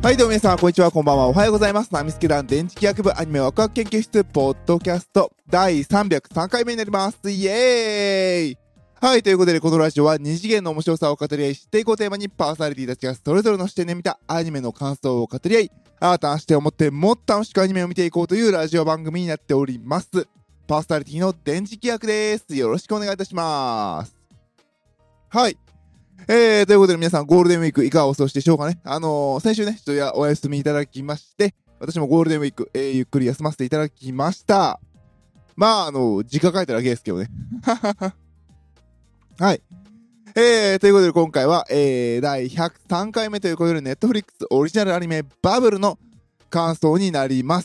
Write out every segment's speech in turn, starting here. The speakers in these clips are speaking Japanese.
はいどうも皆さんこんにちは、こんばんは、おはようございます。ナミスケ団電磁気学部アニメワクワク研究室ポッドキャスト第303回目になります。イエーイ。はい、ということでこのラジオは二次元の面白さを語り合い知っていこうテーマにパーソナリティたちがそれぞれの視点で見たアニメの感想を語り合い新たな視点を持ってもっと楽しくアニメを見ていこうというラジオ番組になっております。パーソナリティの電磁気学です。よろしくお願いいたします。はい、ということで皆さんゴールデンウィークいかがお過ごしでしょうかね。先週ねちょっとお休みいただきまして私もゴールデンウィーク、ゆっくり休ませていただきました。まあ時間書いただけですけどねはい、ということで今回は、第103回目ということで Netflix オリジナルアニメバブルの感想になります。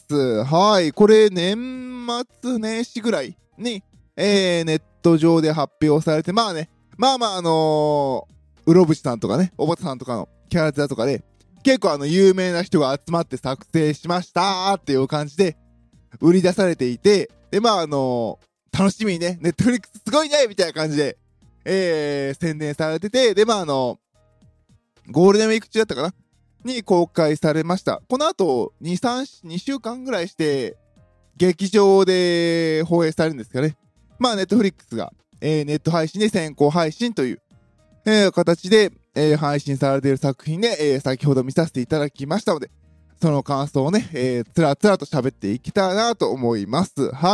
はい、これ年末年始ぐらいに、ネット上で発表されて、まあね、うろぶしさんとかね、おばたさんとかのキャラクターとかで、結構有名な人が集まって作成しましたーっていう感じで、売り出されていて、で、楽しみにね、ネットフリックスすごいねみたいな感じで、宣伝されてて、で、ゴールデンウィーク中だったかなに公開されました。この後、2週間ぐらいして、劇場で放映されるんですかね。まあ、ネットフリックスが、ネット配信で先行配信という、形で、配信されている作品で、先ほど見させていただきましたので、その感想をね、つらつらと喋っていきたいなと思います。はい。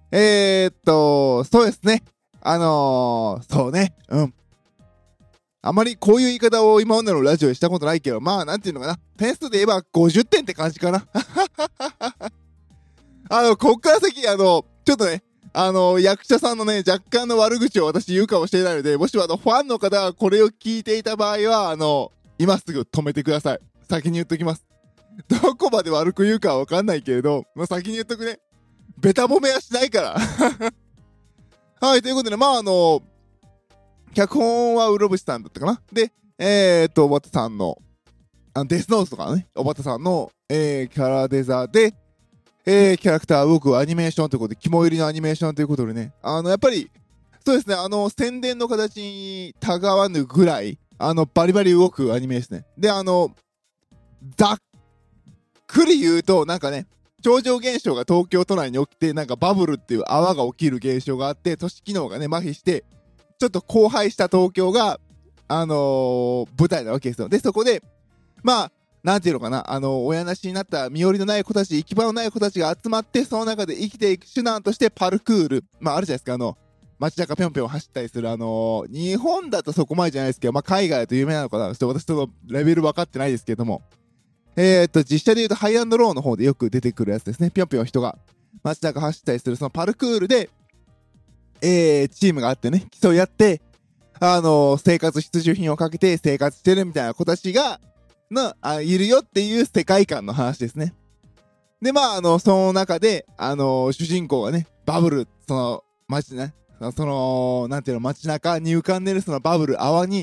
そうですね。そうね。あまりこういう言い方を今までのラジオでしたことないけど、まあ、なんていうのかな。点数で言えば50点って感じかな。こっから先、ちょっとね、役者さんのね、若干の悪口を私言うかもしれないので、もしファンの方がこれを聞いていた場合は、今すぐ止めてください。先に言っときます。どこまで悪く言うかはわかんないけれど、先に言っとくね。ベタ褒めはしないから。はい、ということで、脚本はうろぶしさんだったかな。で、おばたさんの、デスノートとかね、おばたさんの、キャラデザで、キャラクター動くアニメーションということで、肝入りのアニメーションということでね、やっぱり、そうですね、宣伝の形にたがわぬぐらい、バリバリ動くアニメですね。で、ざっくり言うと、なんかね、超常現象が東京都内に起きて、なんかバブルっていう泡が起きる現象があって、都市機能がね、麻痺して、ちょっと荒廃した東京が、舞台なわけですよ。で、そこで、なんていうのかな、親なしになった身寄りのない子たち、行き場のない子たちが集まって、その中で生きていく手段としてパルクール、あるじゃないですか、街中ぴょんぴょん走ったりする、日本だとそこまでじゃないですけど、海外だと有名なのかな、ちょっと私とのレベル分かってないですけども、実写で言うとハイアンドローの方でよく出てくるやつですね。ぴょんぴょん人が街中走ったりする、そのパルクールで、チームがあってね、競い合って、生活必需品をかけて生活してるみたいな子たちが、いるよっていう世界観の話ですね。で、その中で、主人公がね、バブル、その、街ね、なんていうの、街中に浮かんでるそのバブル、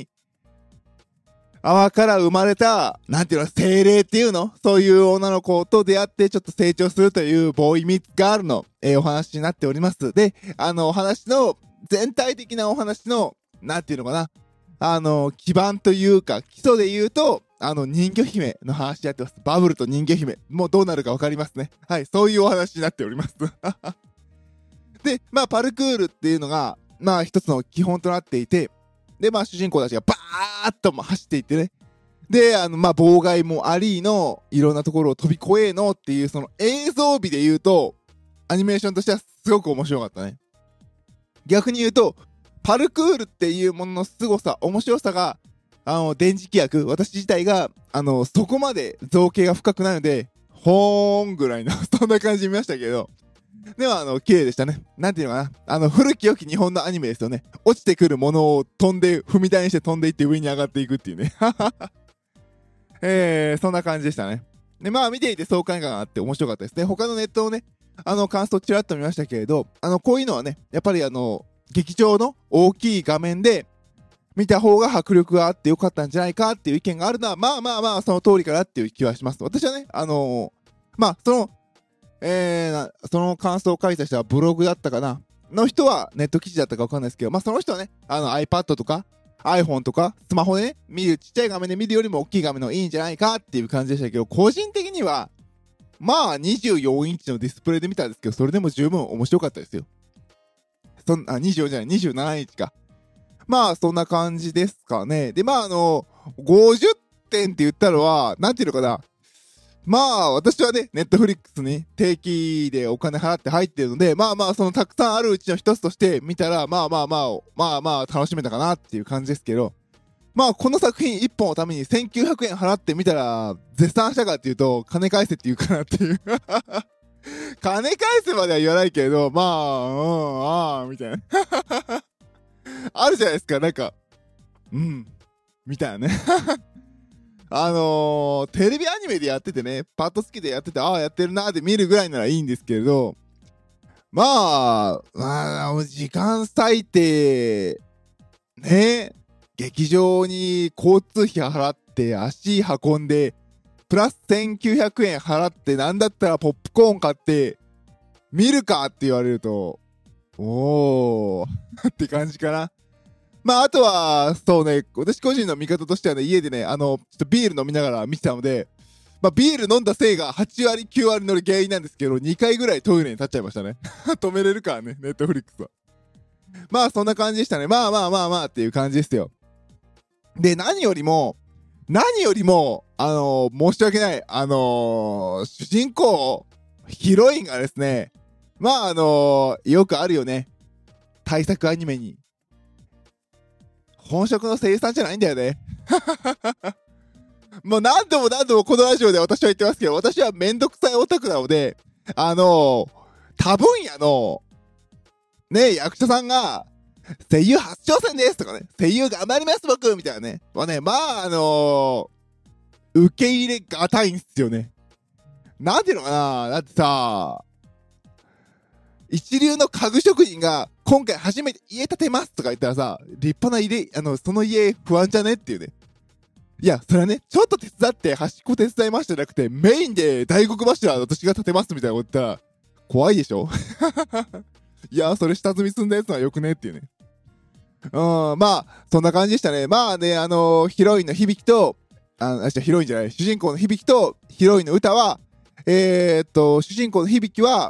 泡から生まれた、なんていうの、精霊っていうのそういう女の子と出会ってちょっと成長するというボーイミッツガールの、お話になっております。で、お話の、全体的なお話の、なんていうのかな、基盤というか、基礎で言うと、人魚姫の話やってます。バブルと人魚姫。もうどうなるかわかりますね。はい、そういうお話になっております。で、パルクールっていうのが、一つの基本となっていて、で、主人公たちがバーッと走っていってね。で、妨害もありの、いろんなところを飛び越えのっていう、その映像美で言うと、アニメーションとしてはすごく面白かったね。逆に言うと、パルクールっていうものの凄さ、面白さが、電磁気役、私自体が、そこまで造形が深くないので、ほーんぐらいの、そんな感じで見ましたけど、では、綺麗でしたね。なんていうのかな。古き良き日本のアニメですよね。落ちてくるものを飛んで、踏み台にして飛んでいって上に上がっていくっていうね。そんな感じでしたね。で、見ていて爽快感があって面白かったですね。他のネットをね、感想ちらっと見ましたけれど、こういうのはね、やっぱり劇場の大きい画面で見た方が迫力があってよかったんじゃないかっていう意見があるのは、その通りかなっていう気はします。私はね、その感想を書いた人はブログだったかなの人はネット記事だったかわかんないですけど、その人はね、iPad とか、 iPhone とかスマホでね、ちっちゃい画面で見るよりも大きい画面のいいんじゃないかっていう感じでしたけど、個人的には、まあ24インチのディスプレイで見たんですけど、それでも十分面白かったですよ。24じゃない、27インチか。まあそんな感じですかね。で、まあ50点って言ったのは、なんていうのかな。まあ私はね、ネットフリックスに定期でお金払って入ってるので、まあまあそのたくさんあるうちの一つとして見たら、まあ楽しめたかなっていう感じですけど、まあこの作品1本のために1900円払ってみたら、絶賛したかっていうと、金返せって言うかなっていう。金返せまでは言わないけれど、まあ、みたいな。あるじゃないですか、なんか、みたいなね。テレビアニメでやっててね、パッと好きでやってて、やってるなーって見るぐらいならいいんですけれど、まあ、時間割いて、ね、劇場に交通費払って足運んで、プラス1900円払ってなんだったらポップコーン買って、見るかって言われると、おーって感じかな。まあ、あとは、そうね、私個人の見方としてはね、家でね、ちょっとビール飲みながら見てたので、まあ、ビール飲んだせいが8割、9割の原因なんですけど、2回ぐらいトイレに立っちゃいましたね。止めれるからね、ネットフリックスは。まあ、そんな感じでしたね。まあっていう感じですよ。で、何よりも、申し訳ない、主人公、ヒロインがですね、まあよくあるよね。大作アニメに。本職の声優さんじゃないんだよね。もう何度もこのラジオで私は言ってますけど、私はめんどくさいオタクなので、多分野の、ね、役者さんが、声優初挑戦ですとかね、声優頑張ります僕みたいなね。まあ受け入れがたいんすよね。なんていうのかな、だってさ、一流の家具職人が今回初めて家建てますとか言ったらさ、立派な家、その家不安じゃねっていうね。いや、それはね、ちょっと手伝って端っこ手伝いましたじゃなくて、メインで大黒柱私が建てますみたいなこと言ったら、怖いでしょいや、それ下積み積んだやつはよくねっていうね。まあ、そんな感じでしたね。まあね、ヒロインの響きと、ヒロインじゃない、主人公の響きと、ヒロインの歌は、主人公の響きは、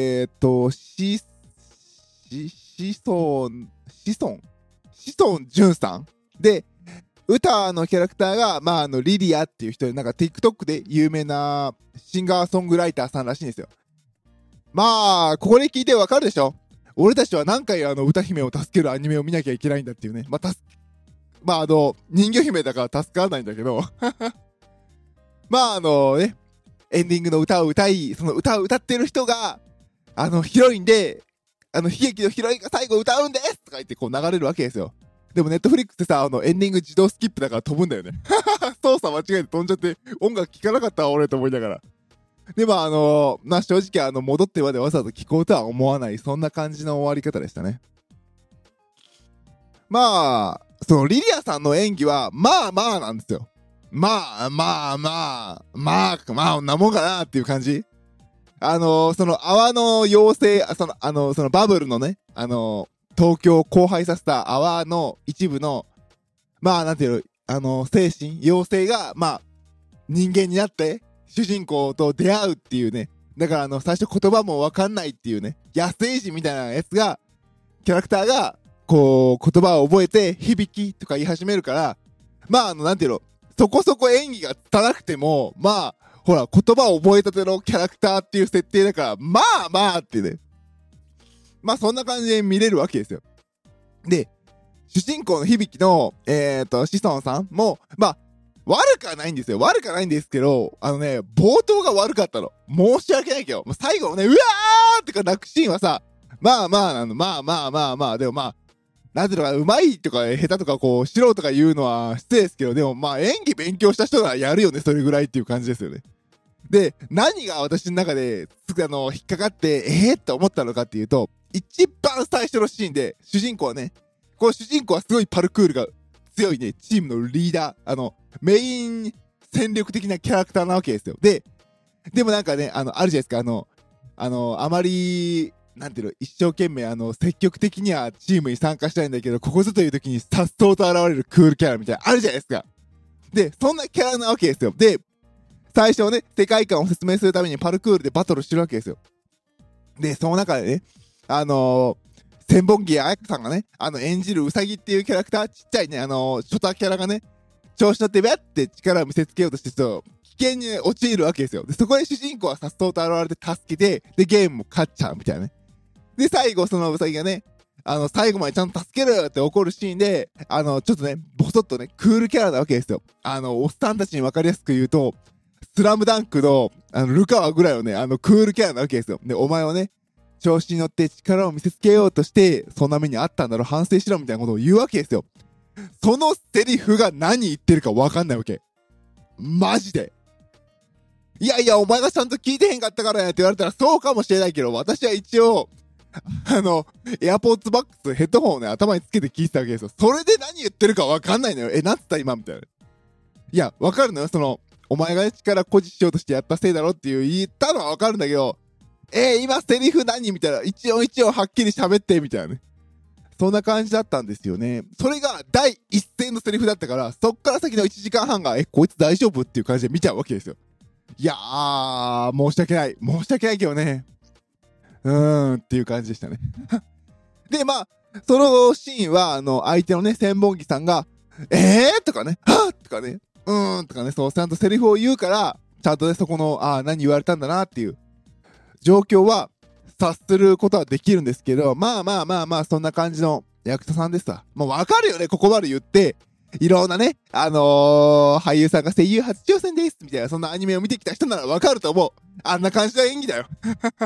志尊淳さんで、歌のキャラクターが、まあ、リリアっていう人で、なんか TikTok で有名なシンガーソングライターさんらしいんですよ。まあ、ここで聞いてわかるでしょ？俺たちは何回歌姫を助けるアニメを見なきゃいけないんだっていうね。まあ、人魚姫だから助からないんだけど。まあ、ね、エンディングの歌を歌い、その歌を歌ってる人が、ヒロインで、悲劇のヒロインが最後歌うんですとか言ってこう流れるわけですよ。でもネットフリックスってさ、エンディング自動スキップだから飛ぶんだよね。操作間違えて飛んじゃって、音楽聴かなかったわ俺と思いながら。でもまあ正直戻ってまでわざわざ聴こうとは思わない、そんな感じの終わり方でしたね。まあ、そのリリアさんの演技は、まあなんですよ。まあ、こんなもんかなっていう感じ。その泡の妖精、そのバブルのね、東京を荒廃させた泡の一部の、まあなんていうの、精神、妖精が、まあ、人間になって、主人公と出会うっていうね。だから最初言葉もわかんないっていうね、野生児みたいなやつが、キャラクターが、こう、言葉を覚えて、響きとか言い始めるから、まあなんていうの、そこそこ演技が拙くても、まあ、ほら、言葉を覚えたてのキャラクターっていう設定だから、まあってね。まあそんな感じで見れるわけですよ。で、主人公の響の、志尊さんも、まあ、悪くはないんですよ。悪くはないんですけど、冒頭が悪かったの。申し訳ないけど、最後のね、うわーってか泣くシーンはさ、まあ、でもまあ、なんていうのか、うまいとか下手とかこう、素人が言うのは失礼ですけど、でもまあ演技勉強した人がやるよね、それぐらいっていう感じですよね。で、何が私の中で、引っかかって、って思ったのかっていうと、一番最初のシーンで、主人公はね、こう主人公はすごいパルクールが強いね、チームのリーダー、メイン戦力的なキャラクターなわけですよ。でもなんかね、あるじゃないですか、あまりなんていうの、一生懸命積極的にはチームに参加したいんだけど、ここぞという時にさっそうと現れるクールキャラみたいなあるじゃないですか。で、そんなキャラなわけですよ。で、最初ね、世界観を説明するためにパルクールでバトルしてるわけですよ。で、その中でね、千本木彩香さんがね、演じるウサギっていうキャラクター、ちっちゃいね、ショタキャラがね、調子乗ってビャって力を見せつけようとして危険に陥るわけですよ。で、そこで主人公はさっそうと現れて助けて、で、ゲームも勝っちゃうみたいなね。で、最後そのウサギがね、最後までちゃんと助けるって怒るシーンで、ちょっとね、ボソッとね、クールキャラなわけですよ。おっさんたちに分かりやすく言うと、スラムダンクの、ルカワぐらいのね、クールキャラなわけですよ。で、お前はね、調子に乗って力を見せつけようとして、そんな目にあったんだろ、反省しろみたいなことを言うわけですよ。そのセリフが何言ってるか分かんないわけ。マジで。いやいや、お前がちゃんと聞いてへんかったからやって言われたらそうかもしれないけど、私は一応、エアポッツバックスヘッドホンをね、頭につけて聞いてたわけですよ。それで何言ってるか分かんないのよ。なんつった今みたいな。いや、分かるのよ。お前が力誇示しようとしてやったせいだろっていう言ったのは分かるんだけど、今セリフ何みたいな。一音一音はっきり喋ってみたいなね。そんな感じだったんですよね。それが第一声のセリフだったから、そっから先の1時間半が、こいつ大丈夫っていう感じで見ちゃうわけですよ。いやー、申し訳ない。申し訳ないけどね。っていう感じでしたね。で、まあ、そのシーンは、相手のね、千本木さんが、とかね、はぁとかね、とかね、そう、ちゃんとセリフを言うから、ちゃんとね、そこの、何言われたんだなっていう状況は、察することはできるんですけど、まあ、そんな感じの役者さんですわ。もうわかるよね、ここまで言って、いろんなね、俳優さんが声優初挑戦ですみたいな、そんなアニメを見てきた人ならわかると思う。あんな感じの演技だよ。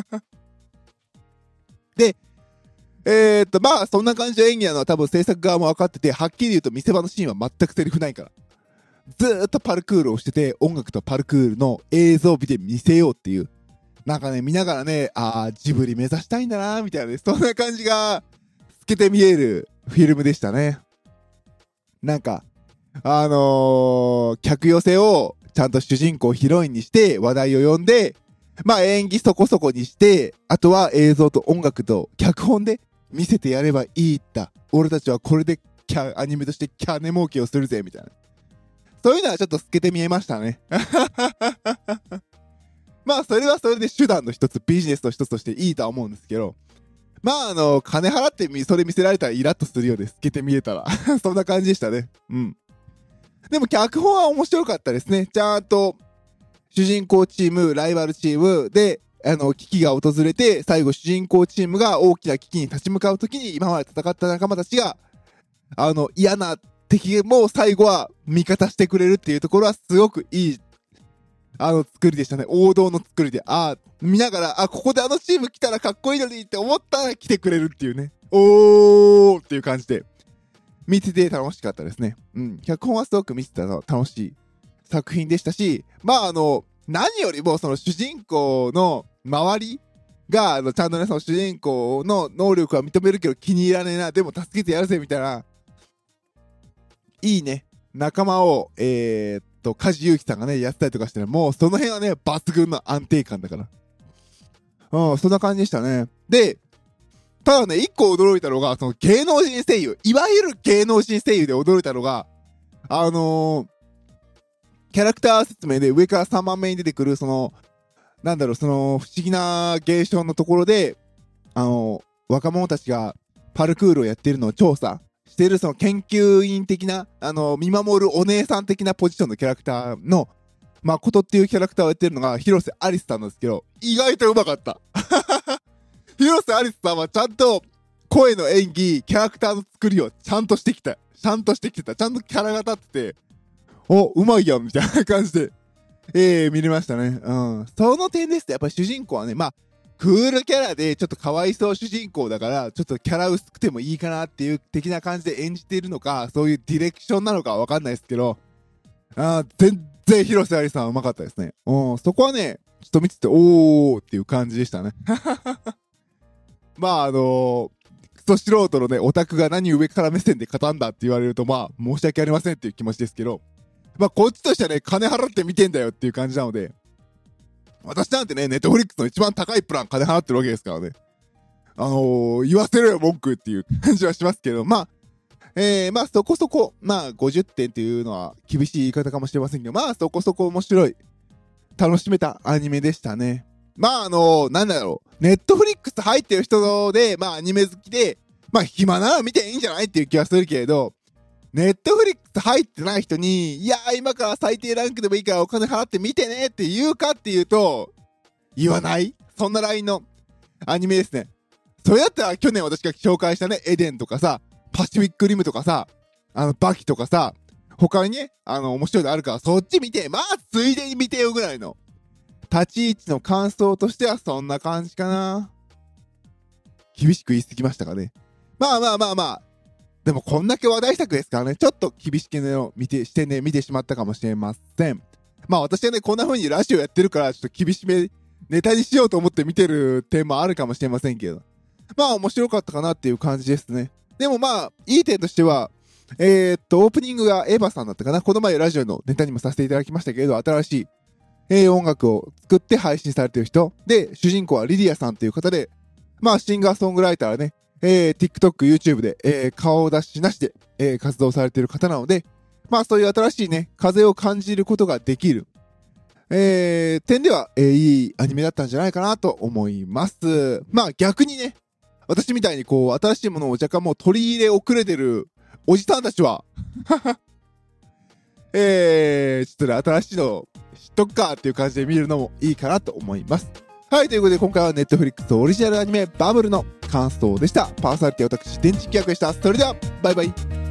で、まあ、そんな感じの演技なのは多分制作側も分かってて、はっきり言うと見せ場のシーンは全くセリフないから。ずーっとパルクールをしてて、音楽とパルクールの映像美で見せようっていう。なんかね、見ながらね、ジブリ目指したいんだなーみたいなね、そんな感じが透けて見えるフィルムでしたね。なんか、客寄せをちゃんと主人公ヒロインにして話題を呼んで、まあ演技そこそこにして、あとは映像と音楽と脚本で見せてやればいいんだ。俺たちはこれでアニメとしてキャネ儲けをするぜ、みたいな。そういうのはちょっと透けて見えましたね。まあそれはそれで手段の一つ、ビジネスの一つとしていいとは思うんですけど、まあ金払ってそれ見せられたらイラッとするようで透けて見えたら。そんな感じでしたね。うん。でも脚本は面白かったですね。ちゃんと主人公チーム、ライバルチームで、危機が訪れて、最後主人公チームが大きな危機に立ち向かうときに、今まで戦った仲間たちが、嫌な敵も最後は味方してくれるっていうところはすごくいい、作りでしたね。王道の作りで。見ながら、ここでチーム来たらかっこいいのにって思ったら来てくれるっていうね。おーっていう感じで、見てて楽しかったですね。うん。脚本はすごく見てたの楽しい作品でしたし、まあ何よりもその主人公の周りが、ちゃんとね、その主人公の能力は認めるけど気に入らねえな、でも助けてやるぜ、みたいな、いいね、仲間を、梶裕貴さんがね、やったりとかしてね、もうその辺はね、抜群の安定感だから。そんな感じでしたね。で、ただね、一個驚いたのが、その芸能人声優、いわゆる芸能人声優で驚いたのが、キャラクター説明で上から3番目に出てくる、その不思議な現象のところで、若者たちがパルクールをやっているのを調査している、その研究員的な、見守るお姉さん的なポジションのキャラクターの、誠っていうキャラクターをやってるのが広瀬アリスさんなんですけど、意外と上手かった。広瀬アリスさんはちゃんと声の演技、キャラクターの作りをちゃんとしてきてた。ちゃんとキャラが立ってて、うまいやんみたいな感じで、見れましたね。うん。その点ですと、やっぱり主人公はね、クールキャラでちょっとかわいそう主人公だから、ちょっとキャラ薄くてもいいかなっていう的な感じで演じているのか、そういうディレクションなのかわかんないですけど、全然広瀬アリさんうまかったですね。そこはね、ちょっと見てて、おーっていう感じでしたね。クソ素人のね、オタクが何上から目線で語んだって言われると、申し訳ありませんっていう気持ちですけど、こっちとしてはね、金払って見てんだよっていう感じなので、私なんてね、ネットフリックスの一番高いプラン金払ってるわけですからね。 言わせろよ文句っていう感じはしますけど、まあそこそこ、まあ50点っていうのは厳しい言い方かもしれませんけど、まあそこそこ面白い、楽しめたアニメでしたね。まあなんだろう、ネットフリックス入ってる人で、まあアニメ好きで、まあ暇なら見ていいんじゃないっていう気はするけれど、ネットフリックス入ってない人に、いやー今から最低ランクでもいいからお金払って見てねって言うかっていうと、言わない？そんなラインのアニメですね。それだったら去年私が紹介したね、エデンとかさ、パシフィックリムとかさ、バキとかさ、他にね、面白いのあるからそっち見て、まあついでに見てよぐらいの立ち位置の感想としてはそんな感じかな。厳しく言い過ぎましたかね。まあ。でもこんだけ話題作ですからね、ちょっと厳しめの視点で見てしまったかもしれません。まあ私はね、こんな風にラジオやってるから、ちょっと厳しめネタにしようと思って見てる点もあるかもしれませんけど。まあ面白かったかなっていう感じですね。でもまあ、いい点としては、オープニングがエヴァさんだったかな。この前ラジオのネタにもさせていただきましたけれど、新しい、音楽を作って配信されてる人。で、主人公はリディアさんという方で、まあシンガーソングライターね、TikTok、YouTube で、顔出しなしで、活動されている方なので、まあそういう新しいね、風を感じることができる、点では、いいアニメだったんじゃないかなと思います。まあ逆にね、私みたいにこう、新しいものを若干もう取り入れ遅れてるおじさんたちは、ちょっとね、新しいのを知っとくかっていう感じで見るのもいいかなと思います。はい、ということで今回は Netflix オリジナルアニメバブルの感想でした。パーソナリティ私、電池企画でした。それでは、バイバイ。